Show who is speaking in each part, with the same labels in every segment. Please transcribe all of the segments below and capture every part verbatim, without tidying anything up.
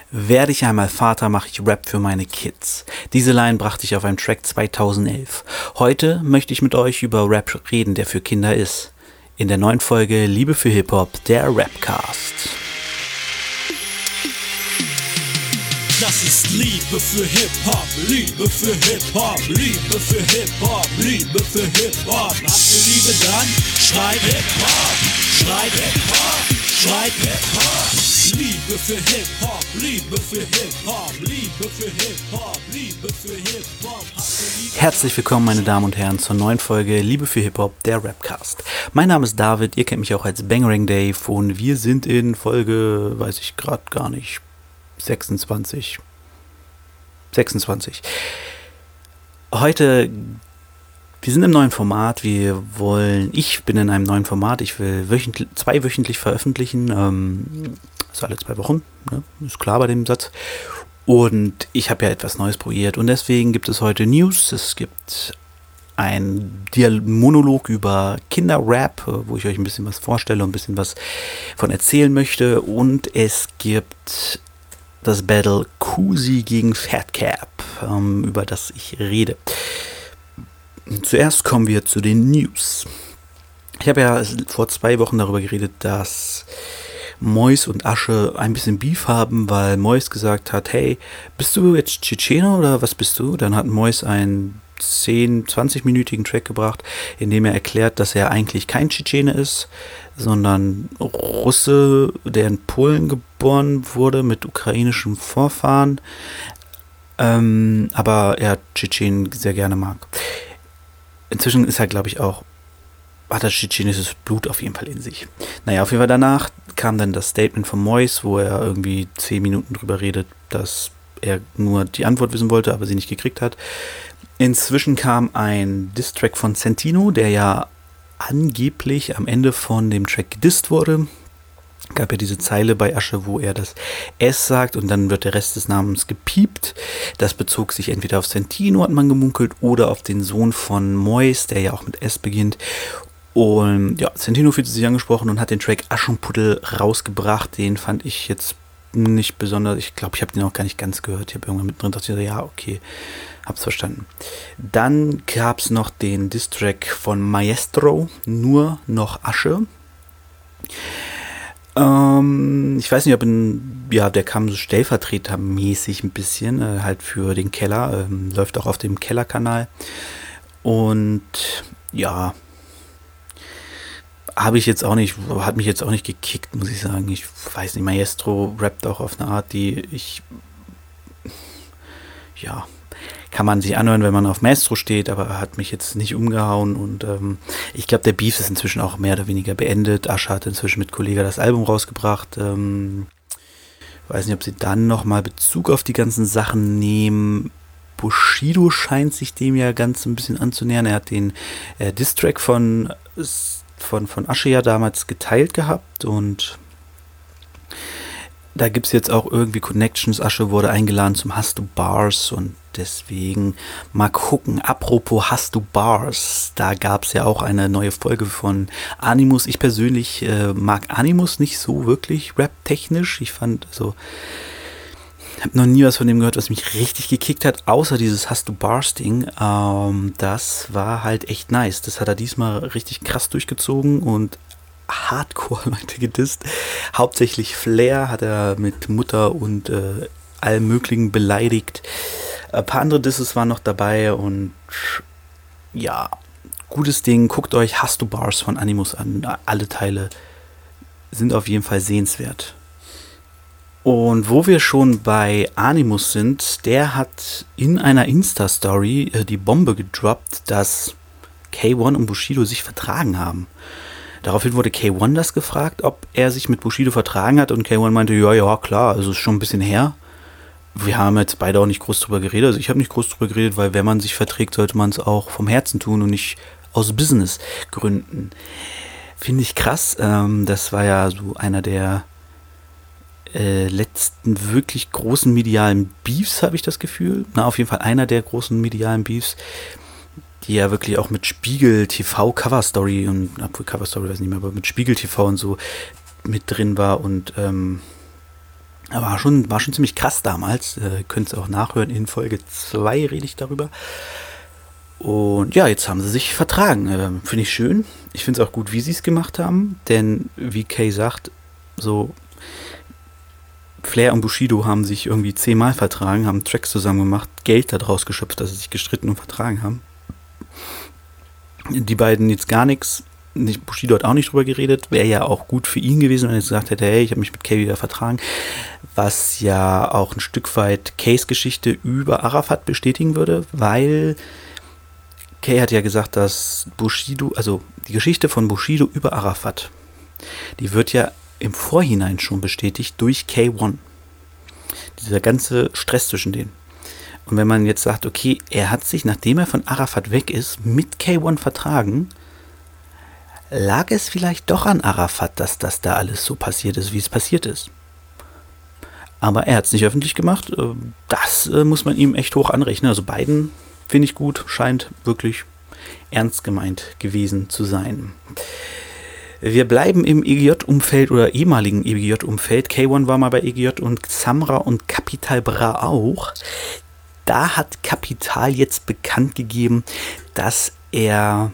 Speaker 1: Werde ich einmal Vater, mache ich Rap für meine Kids. Diese Line brachte ich auf einem Track zweitausendelf. Heute möchte ich mit euch über Rap reden, der für Kinder ist. In der neuen Folge Liebe für Hip-Hop, der Rapcast.
Speaker 2: Das ist Liebe für Hip-Hop, Liebe für Hip-Hop, Liebe für Hip-Hop, Liebe für Hip-Hop. Habt ihr Liebe, dann schreit Hip-Hop, schreit Hip-Hop, schreit Hip-Hop. Liebe für Hip-Hop, Liebe für Hip-Hop, Liebe für Hip-Hop, Liebe für Hip-Hop.
Speaker 1: Herzlich willkommen, meine Damen und Herren, zur neuen Folge Liebe für Hip-Hop, der Rapcast. Mein Name ist David, ihr kennt mich auch als Bangarang Dave und wir sind in Folge, weiß ich gerade gar nicht, sechsundzwanzig. sechsundzwanzig. Heute, wir sind im neuen Format, wir wollen, ich bin in einem neuen Format, ich will wöchentlich, zweiwöchentlich veröffentlichen, ähm, also alle zwei Wochen, ne? Ist klar bei dem Satz. Und ich habe ja etwas Neues probiert und deswegen gibt es heute News, es gibt ein Dial- Monolog über Kinderrap, wo ich euch ein bisschen was vorstelle und ein bisschen was von erzählen möchte, und es gibt das Battle Kusi gegen Fatcap, ähm, über das ich rede. Zuerst kommen wir zu den News. Ich habe ja vor zwei Wochen darüber geredet, dass Mois und Asche ein bisschen Beef haben, weil Mois gesagt hat, hey, bist du jetzt Tschetschener oder was bist du? Dann hat Mois einen zehn-, zwanzig-minütigen Track gebracht, in dem er erklärt, dass er eigentlich kein Tschetschene ist, sondern Russe, der in Polen geboren wurde mit ukrainischem Vorfahren, ähm, aber er Tschetschenen sehr gerne mag. Inzwischen ist er, glaube ich, auch, hat er tschetschenisches Blut auf jeden Fall in sich. Naja, auf jeden Fall danach kam dann das Statement von Mois, wo er irgendwie zehn Minuten drüber redet, dass er nur die Antwort wissen wollte, aber sie nicht gekriegt hat. Inzwischen kam ein Diss-Track von Santino, der ja angeblich am Ende von dem Track gedisst wurde. Gab ja diese Zeile bei Asche, wo er das S sagt und dann wird der Rest des Namens gepiept. Das bezog sich entweder auf Santino, hat man gemunkelt, oder auf den Sohn von Mois, der ja auch mit S beginnt. Und ja, Santino fühlte sich angesprochen und hat den Track Aschenputtel rausgebracht. Den fand ich jetzt nicht besonders, ich glaube, ich habe den auch gar nicht ganz gehört. Ich habe irgendwann mit drin gedacht, ja, okay, hab's verstanden. Dann gab es noch den Diss-Track von Maestro, Nur noch Asche. Ähm, ich weiß nicht, ob in, ja, der kam so stellvertretermäßig ein bisschen, äh, halt für den Keller, ähm, läuft auch auf dem Keller-Kanal. Und ja, habe ich jetzt auch nicht, hat mich jetzt auch nicht gekickt, muss ich sagen. Ich weiß nicht, Maestro rappt auch auf eine Art, die ich, ja, kann man sich anhören, wenn man auf Maestro steht, aber hat mich jetzt nicht umgehauen und ähm, ich glaube, der Beef ist inzwischen auch mehr oder weniger beendet. Asche hat inzwischen mit Kollega das Album rausgebracht. Ähm, weiß nicht, ob sie dann nochmal Bezug auf die ganzen Sachen nehmen. Bushido scheint sich dem ja ganz ein bisschen anzunähern. Er hat den äh, Diss-Track von, von, von Asche ja damals geteilt gehabt und da gibt es jetzt auch irgendwie Connections. Asche wurde eingeladen zum Hast du Bars und deswegen mal gucken. Apropos Hast du Bars, da gab es ja auch eine neue Folge von Animus. Ich persönlich äh, mag Animus nicht so wirklich rap-technisch. Ich fand, also, habe noch nie was von dem gehört, was mich richtig gekickt hat, außer dieses Hast du Bars-Ding. Ähm, das war halt echt nice. Das hat er diesmal richtig krass durchgezogen und Hardcore-Leute gedisst. Hauptsächlich Flair hat er mit Mutter und äh, allem Möglichen beleidigt. Ein paar andere Disses waren noch dabei und ja, gutes Ding. Guckt euch Hast du Bars von Animus an. Alle Teile sind auf jeden Fall sehenswert. Und wo wir schon bei Animus sind, der hat in einer Insta-Story äh, die Bombe gedroppt, dass K eins und Bushido sich vertragen haben. Daraufhin wurde K eins das gefragt, ob er sich mit Bushido vertragen hat und K eins meinte, ja, ja, klar, also ist schon ein bisschen her. Wir haben jetzt beide auch nicht groß drüber geredet, also ich habe nicht groß drüber geredet, weil wenn man sich verträgt, sollte man es auch vom Herzen tun und nicht aus Businessgründen. Finde ich krass, ähm, das war ja so einer der äh, letzten wirklich großen medialen Beefs, habe ich das Gefühl. Na, auf jeden Fall einer der großen medialen Beefs, die ja wirklich auch mit Spiegel T V Cover Story und, obwohl Cover Story weiß ich nicht mehr, aber mit Spiegel T V und so mit drin war und ähm, war schon, war schon ziemlich krass damals. Äh, könnt ihr auch nachhören. In Folge zwei rede ich darüber. Und ja, jetzt haben sie sich vertragen. Äh, finde ich schön. Ich finde es auch gut, wie sie es gemacht haben. Denn wie Kay sagt, so Flair und Bushido haben sich irgendwie zehnmal vertragen, haben Tracks zusammen gemacht, Geld daraus geschöpft, dass sie sich gestritten und vertragen haben. Die beiden jetzt gar nichts. Bushido hat auch nicht drüber geredet. Wäre ja auch gut für ihn gewesen, wenn er jetzt gesagt hätte, hey, ich habe mich mit Kay wieder vertragen. Was ja auch ein Stück weit Kays Geschichte über Arafat bestätigen würde, weil Kay hat ja gesagt, dass Bushido, also die Geschichte von Bushido über Arafat, die wird ja im Vorhinein schon bestätigt durch K eins. Dieser ganze Stress zwischen denen. Und wenn man jetzt sagt, okay, er hat sich, nachdem er von Arafat weg ist, mit K eins vertragen, lag es vielleicht doch an Arafat, dass das da alles so passiert ist, wie es passiert ist. Aber er hat es nicht öffentlich gemacht. Das muss man ihm echt hoch anrechnen. Also beiden finde ich gut, scheint wirklich ernst gemeint gewesen zu sein. Wir bleiben im E G J-Umfeld oder ehemaligen E G J-Umfeld. K eins war mal bei E G J und Xamra und Capital Bra auch. Da hat Capital jetzt bekannt gegeben, dass er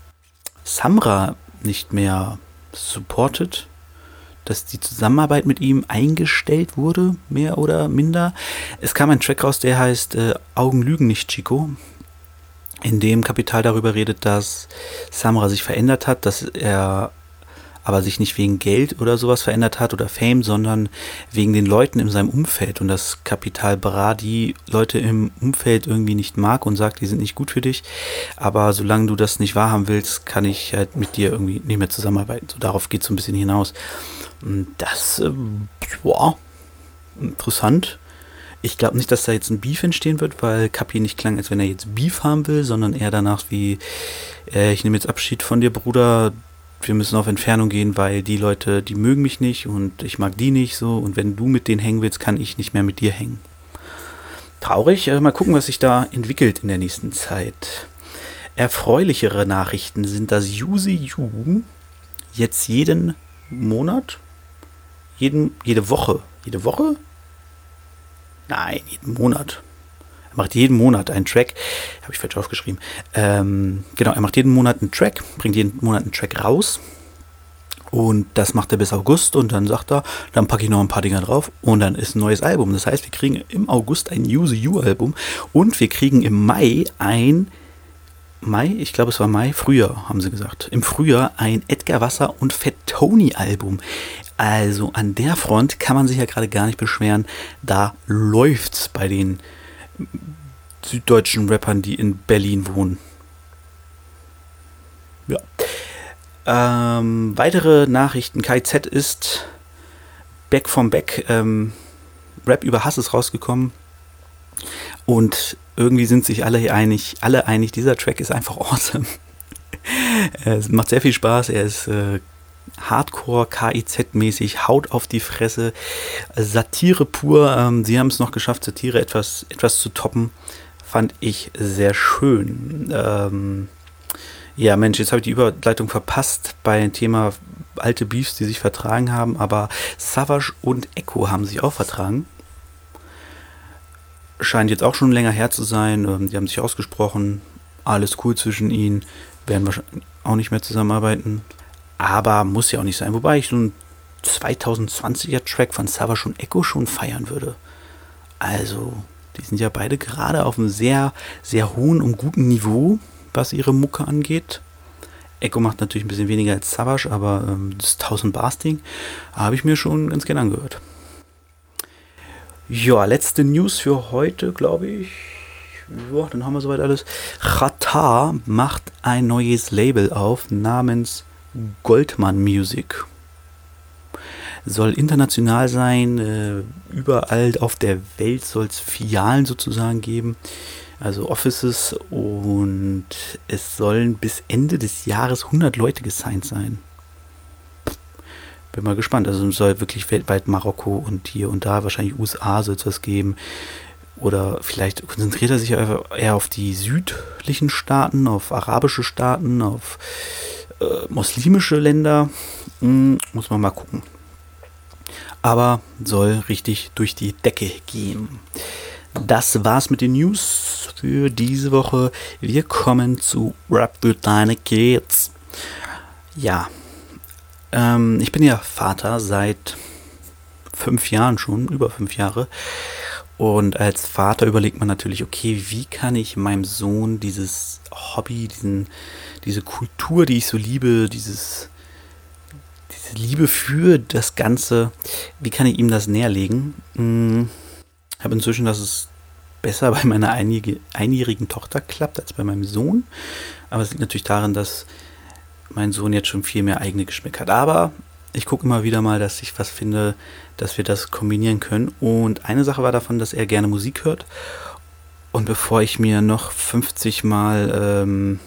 Speaker 1: Xamra nicht mehr supportet, dass die Zusammenarbeit mit ihm eingestellt wurde, mehr oder minder. Es kam ein Track raus, der heißt äh, Augen lügen nicht, Chico, in dem Capital darüber redet, dass Xamra sich verändert hat, dass er aber sich nicht wegen Geld oder sowas verändert hat oder Fame, sondern wegen den Leuten in seinem Umfeld und dass Capital Bra die Leute im Umfeld irgendwie nicht mag und sagt, die sind nicht gut für dich, aber solange du das nicht wahrhaben willst, kann ich halt mit dir irgendwie nicht mehr zusammenarbeiten. So, darauf geht es so ein bisschen hinaus. Und das, äh, boah, interessant. Ich glaube nicht, dass da jetzt ein Beef entstehen wird, weil Capi nicht klang, als wenn er jetzt Beef haben will, sondern eher danach wie, äh, ich nehme jetzt Abschied von dir, Bruder, wir müssen auf Entfernung gehen, weil die Leute, die mögen mich nicht und ich mag die nicht so und wenn du mit denen hängen willst, kann ich nicht mehr mit dir hängen. Traurig, äh, mal gucken, was sich da entwickelt in der nächsten Zeit. Erfreulichere Nachrichten sind, dass Yuzi Yu jetzt jeden Monat, jeden, jede Woche, jede Woche? Nein, jeden Monat. Er macht jeden Monat einen Track. Habe ich falsch aufgeschrieben. Ähm, genau, er macht jeden Monat einen Track, bringt jeden Monat einen Track raus. Und das macht er bis August. Und dann sagt er, dann packe ich noch ein paar Dinger drauf. Und dann ist ein neues Album. Das heißt, wir kriegen im August ein Yuzi Yu-Album. Und wir kriegen im Mai ein, Mai, ich glaube es war Mai, Frühjahr, haben sie gesagt. Im Frühjahr ein Edgar Wasser und Fat Tony Album. Also an der Front kann man sich ja gerade gar nicht beschweren. Da läuft's bei den süddeutschen Rappern, die in Berlin wohnen. Ja. Ähm, weitere Nachrichten. K Z ist back from back. Ähm, Rap über Hass ist rausgekommen. Und irgendwie sind sich alle einig, alle einig, dieser Track ist einfach awesome. Es macht sehr viel Spaß. Er ist äh, Hardcore, K I Z-mäßig, Haut auf die Fresse, Satire pur. Ähm, sie haben es noch geschafft, Satire etwas, etwas zu toppen. Fand ich sehr schön. Ähm, ja, Mensch, jetzt habe ich die Überleitung verpasst bei dem Thema alte Beefs, die sich vertragen haben. Aber Savage und Echo haben sich auch vertragen. Scheint jetzt auch schon länger her zu sein. Ähm, die haben sich ausgesprochen. Alles cool zwischen ihnen. Werden wahrscheinlich auch nicht mehr zusammenarbeiten. Aber muss ja auch nicht sein. Wobei ich so einen zwanzig zwanziger Track von Savage und Echo schon feiern würde. Also, die sind ja beide gerade auf einem sehr, sehr hohen und guten Niveau, was ihre Mucke angeht. Echo macht natürlich ein bisschen weniger als Savage, aber ähm, das tausend Bars Ding habe ich mir schon ganz gerne angehört. Ja, letzte News für heute, glaube ich. Ja, dann haben wir soweit alles. Xatar macht ein neues Label auf namens Goldman Music. Soll international sein, äh, überall auf der Welt soll es Filialen sozusagen geben, also Offices, und es sollen bis Ende des Jahres hundert Leute gesigned sein. Bin mal gespannt, also es soll wirklich weltweit Marokko und hier und da, wahrscheinlich U S A soll es was geben. Oder vielleicht konzentriert er sich eher auf die südlichen Staaten, auf arabische Staaten, auf äh, muslimische Länder. Hm, muss man mal gucken. aber soll richtig durch die Decke gehen. Das war's mit den News für diese Woche. Wir kommen zu Rap für deine Kids. Ja, ähm, ich bin ja Vater seit fünf Jahren schon, über fünf Jahre. Und als Vater überlegt man natürlich, okay, wie kann ich meinem Sohn dieses Hobby, diesen, diese Kultur, die ich so liebe, dieses, diese Liebe für das Ganze, wie kann ich ihm das näherlegen? Hm, ich habe inzwischen, dass es besser bei meiner einjährige, einjährigen Tochter klappt als bei meinem Sohn. Aber es liegt natürlich daran, dass mein Sohn jetzt schon viel mehr eigene Geschmack hat. Aber ich gucke immer wieder mal, dass ich was finde, dass wir das kombinieren können. Und eine Sache war davon, dass er gerne Musik hört. Und bevor ich mir noch fünfzig Mal ähm,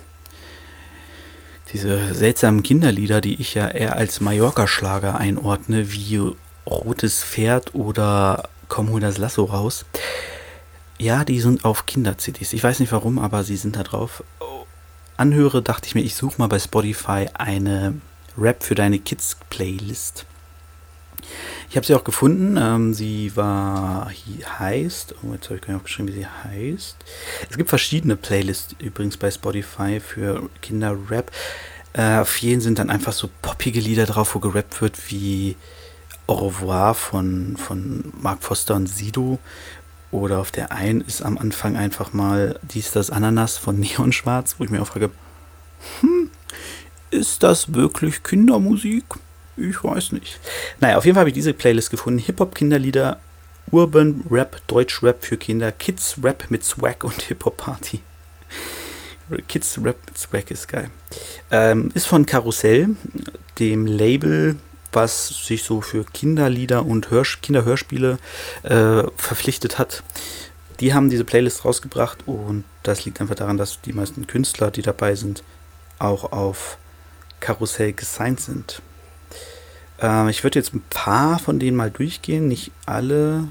Speaker 1: diese seltsamen Kinderlieder, die ich ja eher als Mallorca-Schlager einordne, wie Rotes Pferd oder Komm, hol das Lasso raus. Ja, die sind auf Kinder-C Ds. Ich weiß nicht warum, aber sie sind da drauf. Anhöre, dachte ich mir, ich suche mal bei Spotify eine Rap für deine Kids-Playlist. Ich habe sie auch gefunden. Ähm, sie war, hier heißt, oh, jetzt habe ich gar nicht aufgeschrieben, wie sie heißt. Es gibt verschiedene Playlists übrigens bei Spotify für Kinder-Rap. Äh, auf jeden sind dann einfach so poppige Lieder drauf, wo gerappt wird, wie Au revoir von, von Mark Foster und Sido. Oder auf der einen ist am Anfang einfach mal Dies, das Ananas von Neon Schwarz, wo ich mir auch frage, hm, ist das wirklich Kindermusik? Ich weiß nicht. Naja, auf jeden Fall habe ich diese Playlist gefunden. Hip-Hop-Kinderlieder, Urban Rap, Deutsch-Rap für Kinder, Kids-Rap mit Swag und Hip-Hop-Party. Kids-Rap mit Swag ist geil. Ähm, ist von Karussell, dem Label, was sich so für Kinderlieder und Hörs- Kinderhörspiele äh, verpflichtet hat. Die haben diese Playlist rausgebracht und das liegt einfach daran, dass die meisten Künstler, die dabei sind, auch auf Karussell gesigned sind. Äh, ich würde jetzt ein paar von denen mal durchgehen, nicht alle.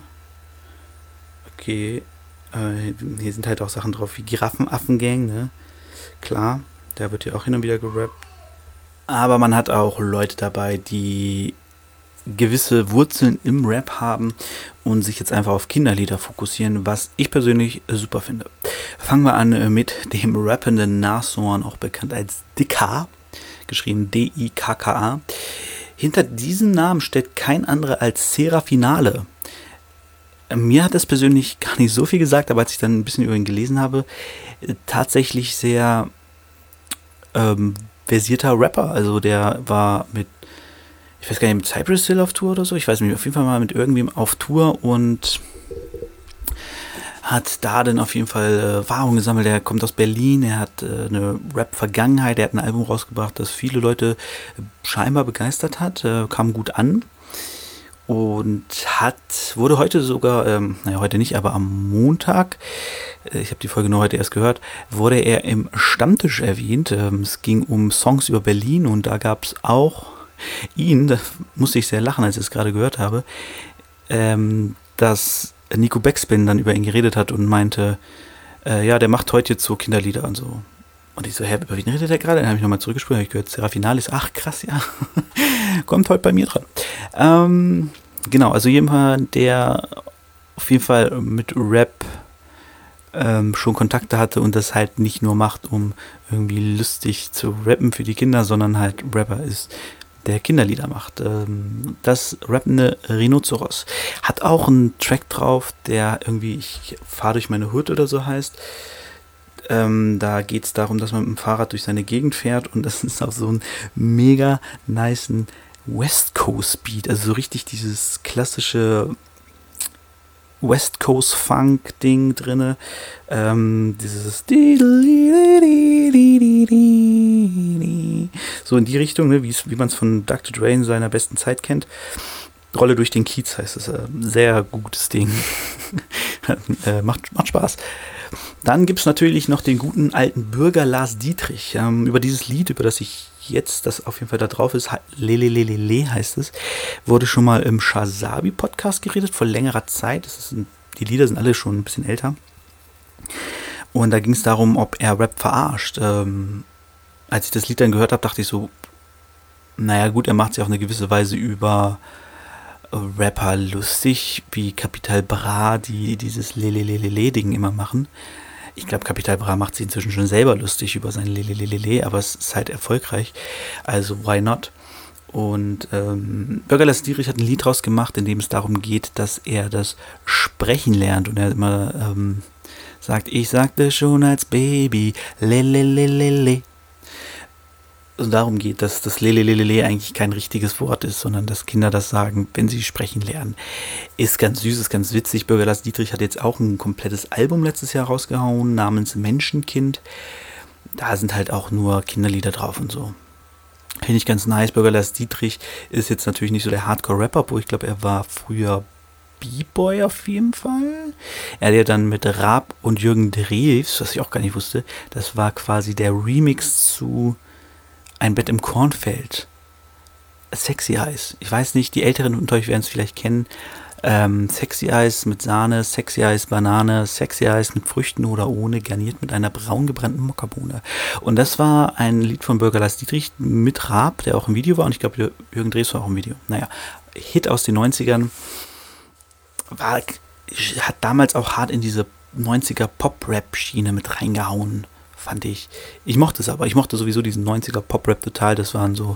Speaker 1: Okay, äh, hier sind halt auch Sachen drauf wie Giraffenaffen-Gang, ne? Klar, da wird ja auch hin und wieder gerappt. Aber man hat auch Leute dabei, die gewisse Wurzeln im Rap haben und sich jetzt einfach auf Kinderlieder fokussieren, was ich persönlich super finde. Fangen wir an mit dem rappenden Nashorn, auch bekannt als Dicker, geschrieben D I K K A. Hinter diesem Namen steht kein anderer als Serafinale. Mir hat es persönlich gar nicht so viel gesagt, aber als ich dann ein bisschen über ihn gelesen habe, tatsächlich sehr ähm, versierter Rapper. Also der war mit, ich weiß gar nicht, mit Cypress Hill auf Tour oder so. Ich weiß nicht, auf jeden Fall mal mit irgendwem auf Tour und hat da dann auf jeden Fall äh, Erfahrung gesammelt. Er kommt aus Berlin, er hat äh, eine Rap-Vergangenheit, er hat ein Album rausgebracht, das viele Leute scheinbar begeistert hat, äh, kam gut an. Und hat, wurde heute sogar, ähm, naja, heute nicht, aber am Montag, äh, ich habe die Folge nur heute erst gehört, wurde er im Stammtisch erwähnt. Ähm, es ging um Songs über Berlin und da gab es auch ihn, da musste ich sehr lachen, als ich es gerade gehört habe, ähm, dass Nico Backspin dann über ihn geredet hat und meinte, äh, ja, der macht heute jetzt so Kinderlieder und so. Und ich so, hä, über wen redet der gerade? Dann habe ich nochmal zurückgespult, habe ich gehört, Serafinalis, ach krass, ja, kommt heute bei mir dran. Ähm, genau, also jemand, der auf jeden Fall mit Rap ähm, schon Kontakte hatte und das halt nicht nur macht, um irgendwie lustig zu rappen für die Kinder, sondern halt Rapper ist, der Kinderlieder macht. Ähm, das rappende Rhinoceros hat auch einen Track drauf, der irgendwie, ich fahre durch meine Hood oder so heißt. Ähm, da geht es darum, dass man mit dem Fahrrad durch seine Gegend fährt und das ist auch so ein mega nicen West Coast Beat, also so richtig dieses klassische West Coast Funk Ding drinne, ähm, dieses so in die Richtung, ne, wie man es von Doktor Dre in seiner besten Zeit kennt. Rolle durch den Kiez heißt es, äh, sehr gutes Ding. äh, macht, macht Spaß. Dann gibt es natürlich noch den guten alten Bürger Lars Dietrich. Ähm, über dieses Lied, über das ich jetzt, das auf jeden Fall da drauf ist, Lelelelele heißt es, wurde schon mal im Shazabi-Podcast geredet, vor längerer Zeit. Das ist ein, die Lieder sind alle schon ein bisschen älter. Und da ging es darum, ob er Rap verarscht. Ähm, als ich das Lied dann gehört habe, dachte ich so, naja gut, er macht sich auf eine gewisse Weise über Rapper lustig, wie Capital Bra, die dieses Lelelelele-Ding immer machen. Ich glaube, Capital Bra macht sich inzwischen schon selber lustig über sein Lelelelele, aber es ist halt erfolgreich. Also, why not? Und ähm, Bürgerlass Dietrich hat ein Lied draus gemacht, in dem es darum geht, dass er das Sprechen lernt. Und er immer ähm, sagt, ich sagte schon als Baby, lelelelele. Also darum geht, dass das Lelelelele eigentlich kein richtiges Wort ist, sondern dass Kinder das sagen, wenn sie sprechen lernen. Ist ganz süß, ist ganz witzig. Bürgerlass Dietrich hat jetzt auch ein komplettes Album letztes Jahr rausgehauen, namens Menschenkind. Da sind halt auch nur Kinderlieder drauf und so. Finde ich ganz nice. Bürgerlass Dietrich ist jetzt natürlich nicht so der Hardcore-Rapper, wo ich glaube, er war früher B-Boy auf jeden Fall. Er hat ja dann mit Raab und Jürgen Drews, was ich auch gar nicht wusste, das war quasi der Remix zu Ein Bett im Kornfeld. Sexy Eyes. Ich weiß nicht, die Älteren unter euch werden es vielleicht kennen. Ähm, Sexy Eyes mit Sahne, Sexy Eyes Banane, Sexy Eyes mit Früchten oder ohne, garniert mit einer braun gebrannten Mokkabohne. Und das war ein Lied von Bürgerlass Dietrich mit Raab, der auch im Video war. Und ich glaube, Jürgen Drews war auch im Video. Naja, Hit aus den neunzigern. War, hat damals auch hart in diese neunziger Pop-Rap-Schiene mit reingehauen, fand ich. Ich mochte es aber. Ich mochte sowieso diesen neunziger Pop-Rap total. Das waren so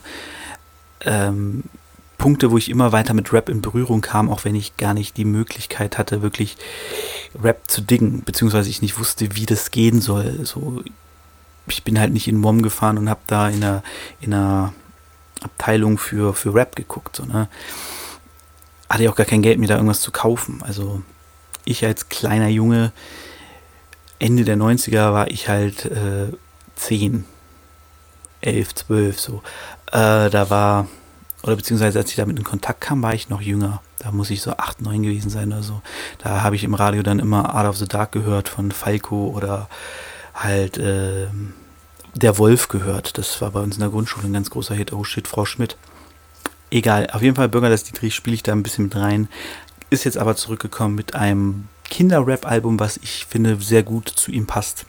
Speaker 1: ähm, Punkte, wo ich immer weiter mit Rap in Berührung kam, auch wenn ich gar nicht die Möglichkeit hatte, wirklich Rap zu diggen, beziehungsweise ich nicht wusste, wie das gehen soll. So, ich bin halt nicht in M O M gefahren und habe da in einer, in einer Abteilung für, für Rap geguckt. So, ne? Hatte ich auch gar kein Geld, mir da irgendwas zu kaufen. Also ich als kleiner Junge, Ende der neunziger war ich halt äh, zehn, elf, zwölf so. Äh, da war, oder beziehungsweise als ich damit in Kontakt kam, war ich noch jünger. Da muss ich so acht, neun gewesen sein oder so. Da habe ich im Radio dann immer Art of the Dark gehört von Falco oder halt äh, Der Wolf gehört. Das war bei uns in der Grundschule ein ganz großer Hit. Oh shit, Frau Schmidt. Egal, auf jeden Fall Bürgerlass Dietrich spiele ich da ein bisschen mit rein. Ist jetzt aber zurückgekommen mit einem Kinder-Rap-Album, was ich finde sehr gut zu ihm passt.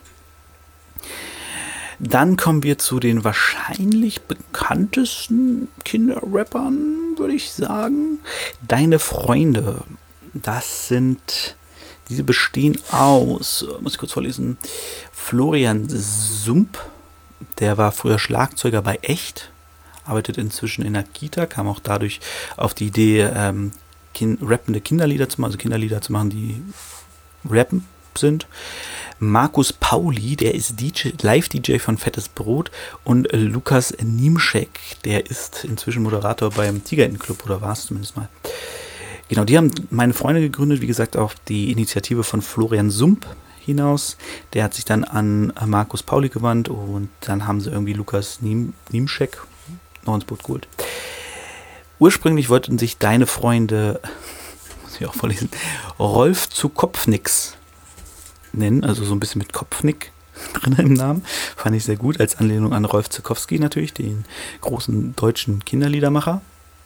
Speaker 1: Dann kommen wir zu den wahrscheinlich bekanntesten Kinder-Rappern, würde ich sagen. Deine Freunde. Das sind, diese bestehen aus, muss ich kurz vorlesen, Florian Sump, der war früher Schlagzeuger bei Echt, arbeitet inzwischen in der Kita, kam auch dadurch auf die Idee, ähm, kind, rappende Kinderlieder zu machen, also Kinderlieder zu machen, die rappen sind. Markus Pauli, der ist D J, Live-D J von Fettes Brot, und äh, Lukas Niemschek, der ist inzwischen Moderator beim Tigerentenclub, oder war es zumindest mal. Genau, die haben meine Freunde gegründet, wie gesagt, auf die Initiative von Florian Sump hinaus. Der hat sich dann an Markus Pauli gewandt und dann haben sie irgendwie Lukas Niem, Niemschek noch ins Boot geholt. Ursprünglich wollten sich Deine Freunde, muss ich auch vorlesen, Rolf zu Kopfnix nennen, also so ein bisschen mit Kopfnick drin im Namen. Fand ich sehr gut, als Anlehnung an Rolf Zukowski natürlich, den großen deutschen Kinderliedermacher.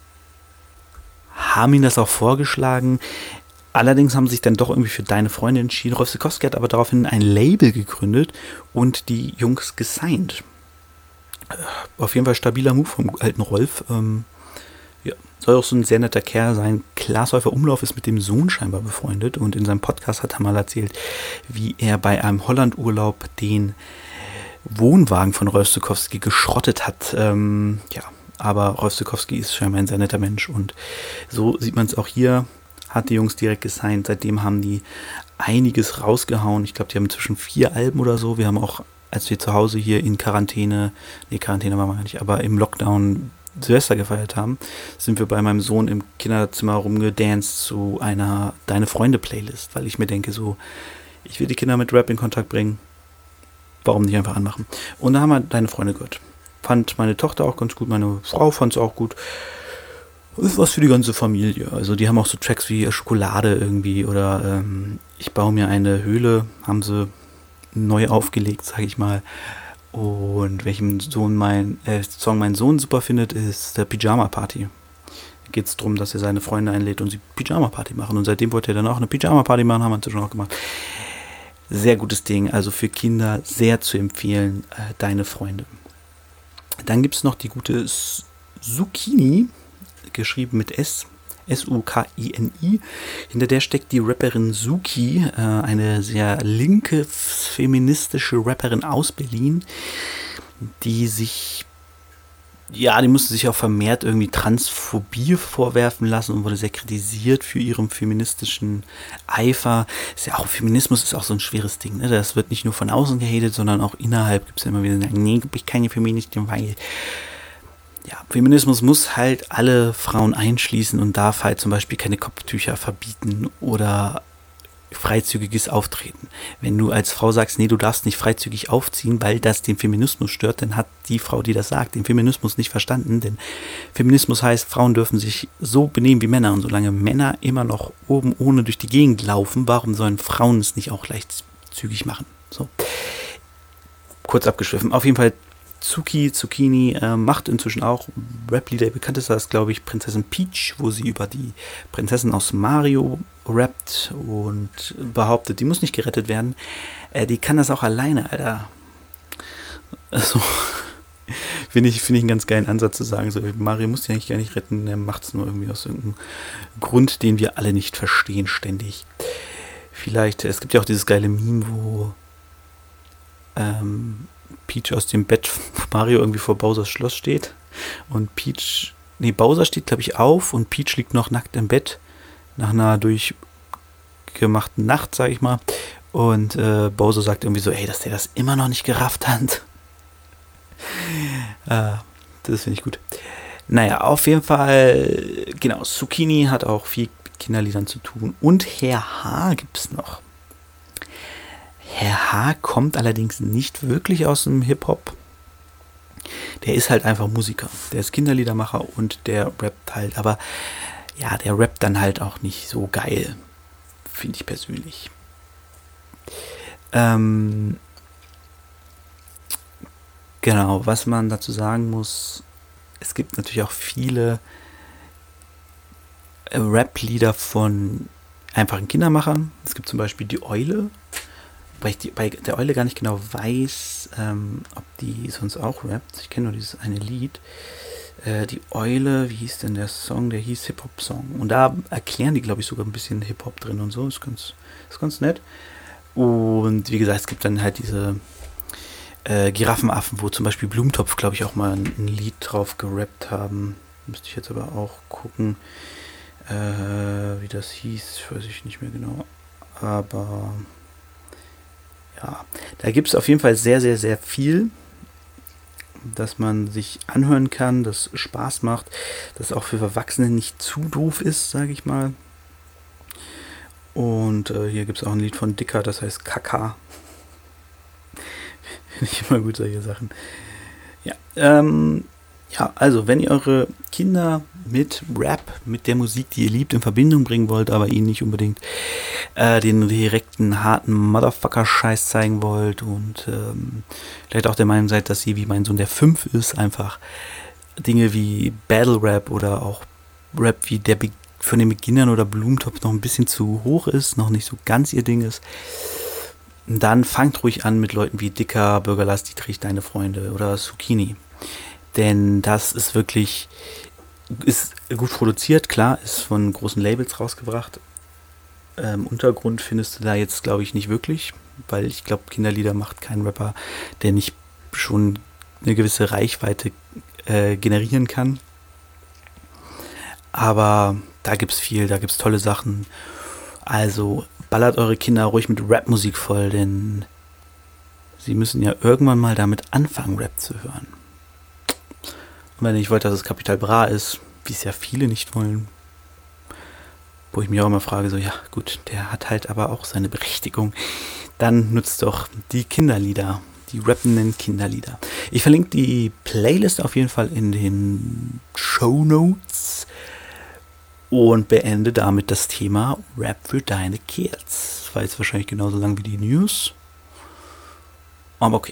Speaker 1: Haben ihn das auch vorgeschlagen. Allerdings haben sie sich dann doch irgendwie für Deine Freunde entschieden. Rolf Zukowski hat aber daraufhin ein Label gegründet und die Jungs gesigned. Auf jeden Fall stabiler Move vom alten Rolf. Ähm, ja, soll auch so ein sehr netter Kerl sein. Klaas Häufer Umlauf ist mit dem Sohn scheinbar befreundet und in seinem Podcast hat er mal erzählt, wie er bei einem Hollandurlaub den Wohnwagen von Rolf Zukowski geschrottet hat. Ähm, ja, aber Rolf Zukowski ist scheinbar ein sehr netter Mensch und so sieht man es auch hier. Hat die Jungs direkt gesigned. Seitdem haben die einiges rausgehauen. Ich glaube, die haben inzwischen vier Alben oder so. Wir haben auch, als wir zu Hause hier in Quarantäne, nee, Quarantäne waren wir gar nicht, aber im Lockdown Silvester gefeiert haben, sind wir bei meinem Sohn im Kinderzimmer rumgedanced zu einer Deine Freunde Playlist, weil ich mir denke so, ich will die Kinder mit Rap in Kontakt bringen. Warum nicht einfach anmachen? Und da haben wir Deine Freunde gehört. Fand meine Tochter auch ganz gut, meine Frau fand es auch gut. Das ist was für die ganze Familie. Also die haben auch so Tracks wie Schokolade irgendwie oder ähm, Ich baue mir eine Höhle, haben sie neu aufgelegt, sage ich mal. Und welchen Sohn mein äh, Song mein Sohn super findet, ist der Pyjama Party. Da geht es darum, dass er seine Freunde einlädt und sie Pyjama Party machen. Und seitdem wollte er dann auch eine Pyjama Party machen, haben wir inzwischen auch gemacht. Sehr gutes Ding, also für Kinder sehr zu empfehlen, äh, Deine Freunde. Dann gibt es noch die gute Zucchini, geschrieben mit S, S U K I N I. Hinter der steckt die Rapperin Suki, äh, eine sehr linke, feministische Rapperin aus Berlin, die sich, ja, die musste sich auch vermehrt irgendwie Transphobie vorwerfen lassen und wurde sehr kritisiert für ihren feministischen Eifer. Ist ja auch, Feminismus ist auch so ein schweres Ding, ne? Das wird nicht nur von außen gehatet, sondern auch innerhalb gibt es ja immer wieder, nee, ich keine Feministin, weil ja, Feminismus muss halt alle Frauen einschließen und darf halt zum Beispiel keine Kopftücher verbieten oder freizügiges Auftreten. Wenn du als Frau sagst, nee, du darfst nicht freizügig aufziehen, weil das den Feminismus stört, dann hat die Frau, die das sagt, den Feminismus nicht verstanden, denn Feminismus heißt, Frauen dürfen sich so benehmen wie Männer und solange Männer immer noch oben ohne durch die Gegend laufen, warum sollen Frauen es nicht auch leichtzügig machen? So. Kurz abgeschwiffen. Auf jeden Fall Zuki, Zucchini äh, macht inzwischen auch Rap-Lieder. Bekannt ist das, glaube ich, Prinzessin Peach, wo sie über die Prinzessin aus Mario rappt und behauptet, die muss nicht gerettet werden. Äh, die kann das auch alleine, Alter. Also, finde ich, find ich einen ganz geilen Ansatz zu sagen, so, Mario muss die eigentlich gar nicht retten, er macht es nur irgendwie aus irgendeinem Grund, den wir alle nicht verstehen ständig. Vielleicht, es gibt ja auch dieses geile Meme, wo ähm, Peach aus dem Bett Mario irgendwie vor Bowsers Schloss steht und Peach, nee, Bowser steht, glaube ich, auf und Peach liegt noch nackt im Bett nach einer durchgemachten Nacht, sage ich mal, und äh, Bowser sagt irgendwie so, ey, dass der das immer noch nicht gerafft hat. äh, das finde ich gut. Naja, auf jeden Fall, genau, Zucchini hat auch viel mit Kinderliedern zu tun und Herr H. gibt es noch. Herr H. kommt allerdings nicht wirklich aus dem Hip-Hop. Der ist halt einfach Musiker. Der ist Kinderliedermacher und der rappt halt. Aber ja, der rappt dann halt auch nicht so geil. Finde ich persönlich. Ähm, genau, was man dazu sagen muss, es gibt natürlich auch viele Rap-Lieder von einfachen Kindermachern. Es gibt zum Beispiel die Eule. Weil ich die, bei der Eule gar nicht genau weiß, ähm, ob die sonst auch rappt. Ich kenne nur dieses eine Lied. Äh, die Eule, wie hieß denn der Song? Der hieß Hip-Hop-Song. Und da erklären die, glaube ich, sogar ein bisschen Hip-Hop drin und so. Ist ganz, ist ganz nett. Und wie gesagt, es gibt dann halt diese äh, Giraffenaffen, wo zum Beispiel Blumentopf, glaube ich, auch mal ein, ein Lied drauf gerappt haben. Müsste ich jetzt aber auch gucken, äh, wie das hieß. Weiß ich nicht mehr genau. Aber ja, da gibt es auf jeden Fall sehr, sehr, sehr viel, dass man sich anhören kann, das Spaß macht, das auch für Erwachsene nicht zu doof ist, sage ich mal. Und äh, hier gibt es auch ein Lied von Dicker, das heißt Kaka. Finde ich immer gut, solche Sachen. Ja, ähm, ja, also wenn ihr eure Kinder mit Rap, mit der Musik, die ihr liebt, in Verbindung bringen wollt, aber ihnen nicht unbedingt äh, den direkten, harten Motherfucker-Scheiß zeigen wollt und ähm, vielleicht auch der Meinung seid, dass sie, wie mein Sohn, der fünf ist, einfach Dinge wie Battle Rap oder auch Rap wie der Be- von den Beginnern oder Blumentopf noch ein bisschen zu hoch ist, noch nicht so ganz ihr Ding ist, dann fangt ruhig an mit Leuten wie Dicker, Bürgerlass, Dietrich, Deine Freunde oder Zucchini. Denn das ist wirklich, ist gut produziert, klar, ist von großen Labels rausgebracht. Ähm, Untergrund findest du da jetzt, glaube ich, nicht wirklich, weil ich glaube, Kinderlieder macht kein Rapper, der nicht schon eine gewisse Reichweite äh, generieren kann. Aber da gibt es viel, da gibt es tolle Sachen. Also ballert eure Kinder ruhig mit Rapmusik voll, denn sie müssen ja irgendwann mal damit anfangen, Rap zu hören. Und wenn ich wollte, dass es Capital Bra ist, wie es ja viele nicht wollen, wo ich mich auch immer frage, so ja gut, der hat halt aber auch seine Berechtigung, dann nutzt doch die Kinderlieder, die rappenden Kinderlieder. Ich verlinke die Playlist auf jeden Fall in den Shownotes und beende damit das Thema Rap für deine Kids. Das war jetzt wahrscheinlich genauso lang wie die News, aber okay.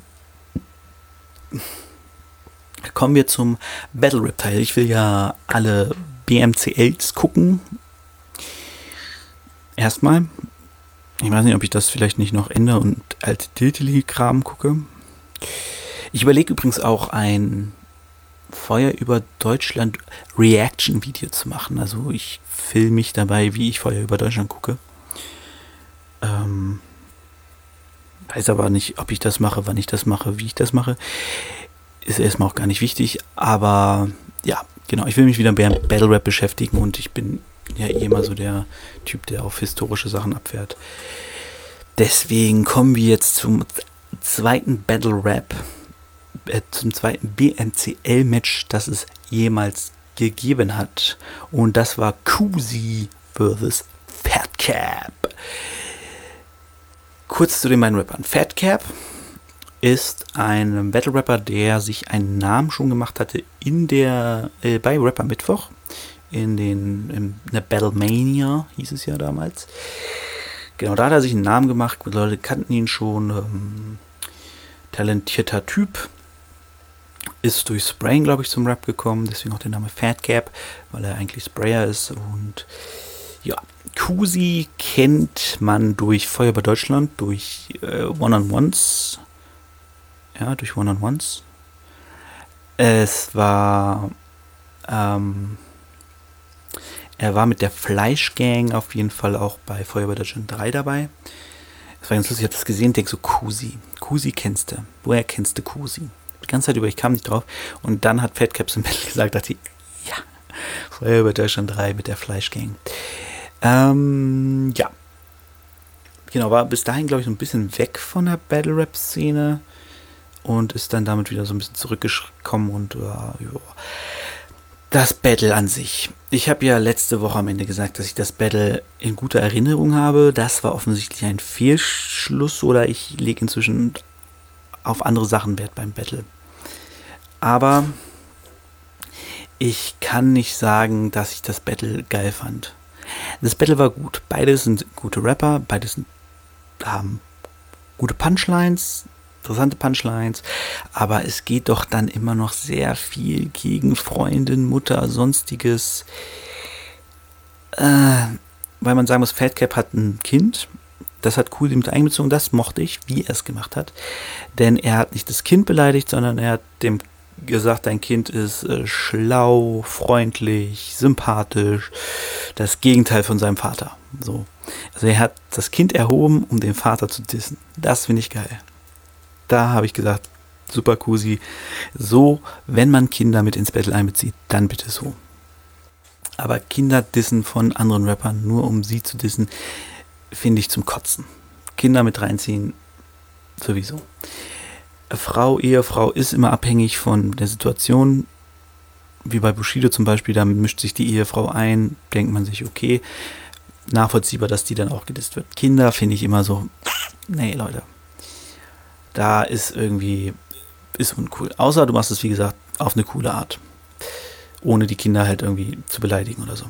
Speaker 1: Kommen wir zum Battle Rap Teil. Ich will ja alle B M C Ls gucken. Erstmal. Ich weiß nicht, ob ich das vielleicht nicht noch ändere und alte Diltili-Kram gucke. Ich überlege übrigens auch ein Feuer über Deutschland Reaction-Video zu machen. Also ich filme mich dabei, wie ich Feuer über Deutschland gucke. Ähm, weiß aber nicht, ob ich das mache, wann ich das mache, wie ich das mache. Ist erstmal auch gar nicht wichtig. Aber ja, genau. Ich will mich wieder mehr mit Battle Rap beschäftigen und ich bin ja eh immer so der Typ, der auf historische Sachen abfährt. Deswegen kommen wir jetzt zum zweiten Battle Rap. Zum zweiten B M C L-Match, das es jemals gegeben hat. Und das war Kusi versus Fatcap. Kurz zu den beiden Rappern. Fatcap ist ein Battle-Rapper, der sich einen Namen schon gemacht hatte in der äh, bei Rapper Mittwoch. In, den, in der Battlemania hieß es ja damals. Genau, da hat er sich einen Namen gemacht. Leute kannten ihn schon. Ähm, talentierter Typ. Ist durch Sprayen, glaube ich, zum Rap gekommen, deswegen auch der Name Fatcap, weil er eigentlich Sprayer ist. Und ja, Kusi kennt man durch Feuer über Deutschland, durch äh, One-on-Ones. Ja, durch One-on-Ones. Es war, ähm, er war mit der Fleischgang auf jeden Fall auch bei Feuer über Deutschland drei dabei. Es war ganz lustig, ich habe das gesehen, denke so, Kusi. Kusi kennst du. Woher kennst du Kusi? Die ganze Zeit über, ich kam nicht drauf. Und dann hat Fatcap im Battle gesagt, dachte ich, ja, Feuer über Deutschland drei mit der Fleischgang. Ähm, ja. Genau, war bis dahin, glaube ich, so ein bisschen weg von der Battle-Rap-Szene und ist dann damit wieder so ein bisschen zurückgekommen und äh, ja. Das Battle an sich. Ich habe ja letzte Woche am Ende gesagt, dass ich das Battle in guter Erinnerung habe. Das war offensichtlich ein Fehlschluss oder ich lege inzwischen auf andere Sachen Wert beim Battle. Aber ich kann nicht sagen, dass ich das Battle geil fand. Das Battle war gut. Beide sind gute Rapper, beide sind, haben gute Punchlines, interessante Punchlines, aber es geht doch dann immer noch sehr viel gegen Freundin, Mutter, sonstiges. Äh, weil man sagen muss, Fatcap hat ein Kind. Das hat cool mit einbezogen, das mochte ich, wie er es gemacht hat. Denn er hat nicht das Kind beleidigt, sondern er hat dem gesagt, dein Kind ist äh, schlau, freundlich, sympathisch, das Gegenteil von seinem Vater. So. Also er hat das Kind erhoben, um den Vater zu dissen. Das finde ich geil. Da habe ich gesagt, super Kusi. So, wenn man Kinder mit ins Battle einbezieht, dann bitte so. Aber Kinder dissen von anderen Rappern, nur um sie zu dissen, finde ich zum Kotzen. Kinder mit reinziehen, sowieso. Frau, Ehefrau ist immer abhängig von der Situation. Wie bei Bushido zum Beispiel, da mischt sich die Ehefrau ein, denkt man sich, okay, nachvollziehbar, dass die dann auch gedisst wird. Kinder finde ich immer so, nee, Leute. Da ist irgendwie, ist uncool. Außer du machst es, wie gesagt, auf eine coole Art. Ohne die Kinder halt irgendwie zu beleidigen oder so.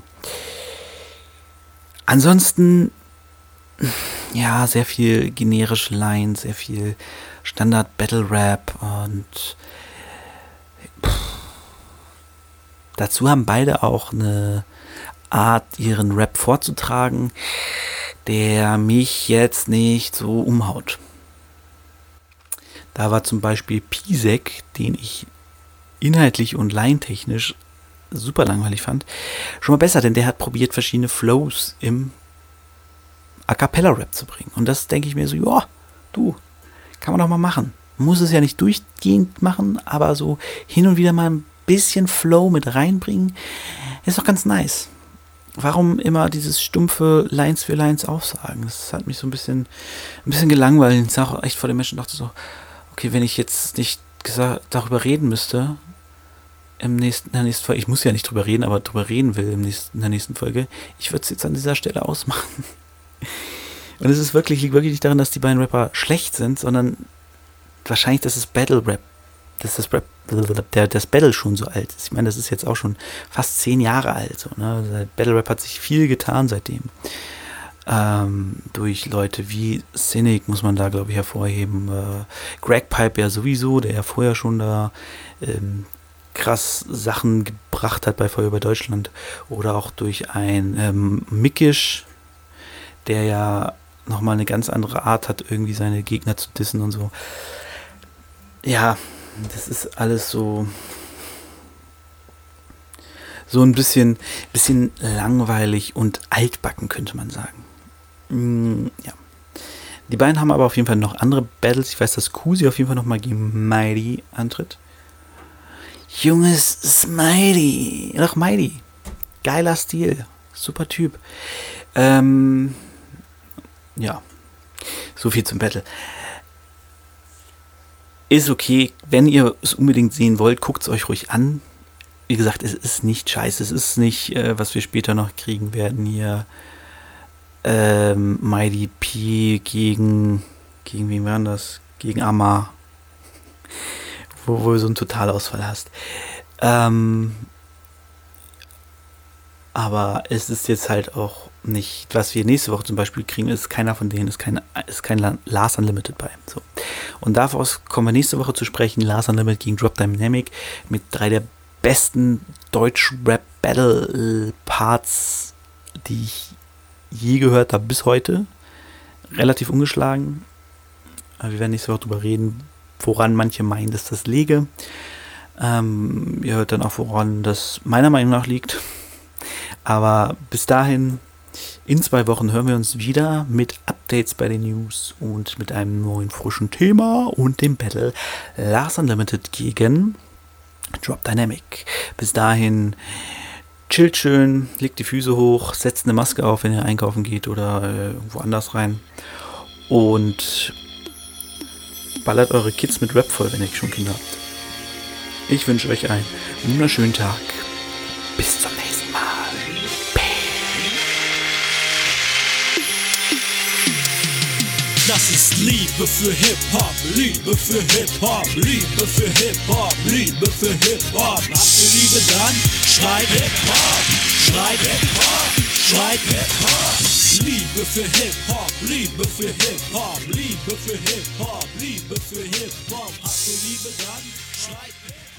Speaker 1: Ansonsten, ja, sehr viel generische Lines, sehr viel Standard-Battle-Rap und pff, dazu haben beide auch eine Art, ihren Rap vorzutragen, der mich jetzt nicht so umhaut. Da war zum Beispiel Pisek, den ich inhaltlich und laientechnisch super langweilig fand, schon mal besser, denn der hat probiert, verschiedene Flows im A-Cappella-Rap zu bringen. Und das denke ich mir so, ja, du, kann man doch mal machen. Muss es ja nicht durchgehend machen, aber so hin und wieder mal ein bisschen Flow mit reinbringen, ist doch ganz nice. Warum immer dieses stumpfe Lines für Lines aufsagen? Das hat mich so ein bisschen, ein bisschen gelangweilt. Ich sag echt vor den Menschen, dachte so, okay, wenn ich jetzt nicht gesagt, darüber reden müsste, im nächsten, in der nächsten Folge, ich muss ja nicht drüber reden, aber drüber reden will im nächsten, in der nächsten Folge, ich würde es jetzt an dieser Stelle ausmachen. Und es ist wirklich, liegt wirklich nicht daran, dass die beiden Rapper schlecht sind, sondern wahrscheinlich, dass das Battle Rap, dass das Rap, der, das Battle schon so alt ist. Ich meine, das ist jetzt auch schon fast zehn Jahre alt. So, ne? Der Battle Rap hat sich viel getan seitdem. Ähm, durch Leute wie Cynic muss man da, glaube ich, hervorheben. Äh, Greg Pipe ja sowieso, der ja vorher schon da ähm, krass Sachen gebracht hat bei Feuer über Deutschland. Oder auch durch ein ähm, Mickisch, der ja nochmal eine ganz andere Art hat, irgendwie seine Gegner zu dissen und so. Ja, das ist alles so, so ein bisschen, bisschen langweilig und altbacken, könnte man sagen. Mm, ja. Die beiden haben aber auf jeden Fall noch andere Battles. Ich weiß, dass Kusi auf jeden Fall nochmal gegen Mighty antritt. Junges Smitey. Doch, Mighty. Geiler Stil. Super Typ. Ähm, ja. So viel zum Battle. Ist okay. Wenn ihr es unbedingt sehen wollt, guckt es euch ruhig an. Wie gesagt, es ist nicht scheiße. Es ist nicht, äh, was wir später noch kriegen werden hier. Ähm, Mighty P gegen, gegen wen war das? Gegen Amar. Wo, wo du so einen Totalausfall hast. Ähm, aber es ist jetzt halt auch nicht, was wir nächste Woche zum Beispiel kriegen, ist keiner von denen, ist kein, ist kein Lars Unlimited bei. So. Und daraus kommen wir nächste Woche zu sprechen. Lars Unlimited gegen Drop Dynamic mit drei der besten Deutsch-Rap-Battle-Parts, die ich je gehört habe bis heute. Relativ ungeschlagen. Aber wir werden nächste Woche darüber reden, woran manche meinen, dass das liege. Ähm, ihr hört dann auch, woran das meiner Meinung nach liegt. Aber bis dahin, in zwei Wochen hören wir uns wieder mit Updates bei den News und mit einem neuen frischen Thema und dem Battle Lars Unlimited gegen Drop Dynamic. Bis dahin, chillt schön, legt die Füße hoch, setzt eine Maske auf, wenn ihr einkaufen geht oder äh, irgendwo anders rein. Und ballert eure Kids mit Rap voll, wenn ihr schon Kinder habt. Ich wünsche euch einen wunderschönen Tag. Bis zum nächsten Mal.
Speaker 2: Das ist Liebe für Hip-Hop, Liebe für Hip-Hop, Liebe für Hip-Hop, Liebe für Hip-Hop. Habt ihr Liebe, dann schreibt Hip-Hop, schreibt Hip-Hop, schreibt Hip-Hop. Liebe für Hip-Hop, Liebe für Hip-Hop, Liebe für Hip-Hop, Liebe für Hip-Hop. Habt ihr Liebe, dann schreibt Hip-Hop.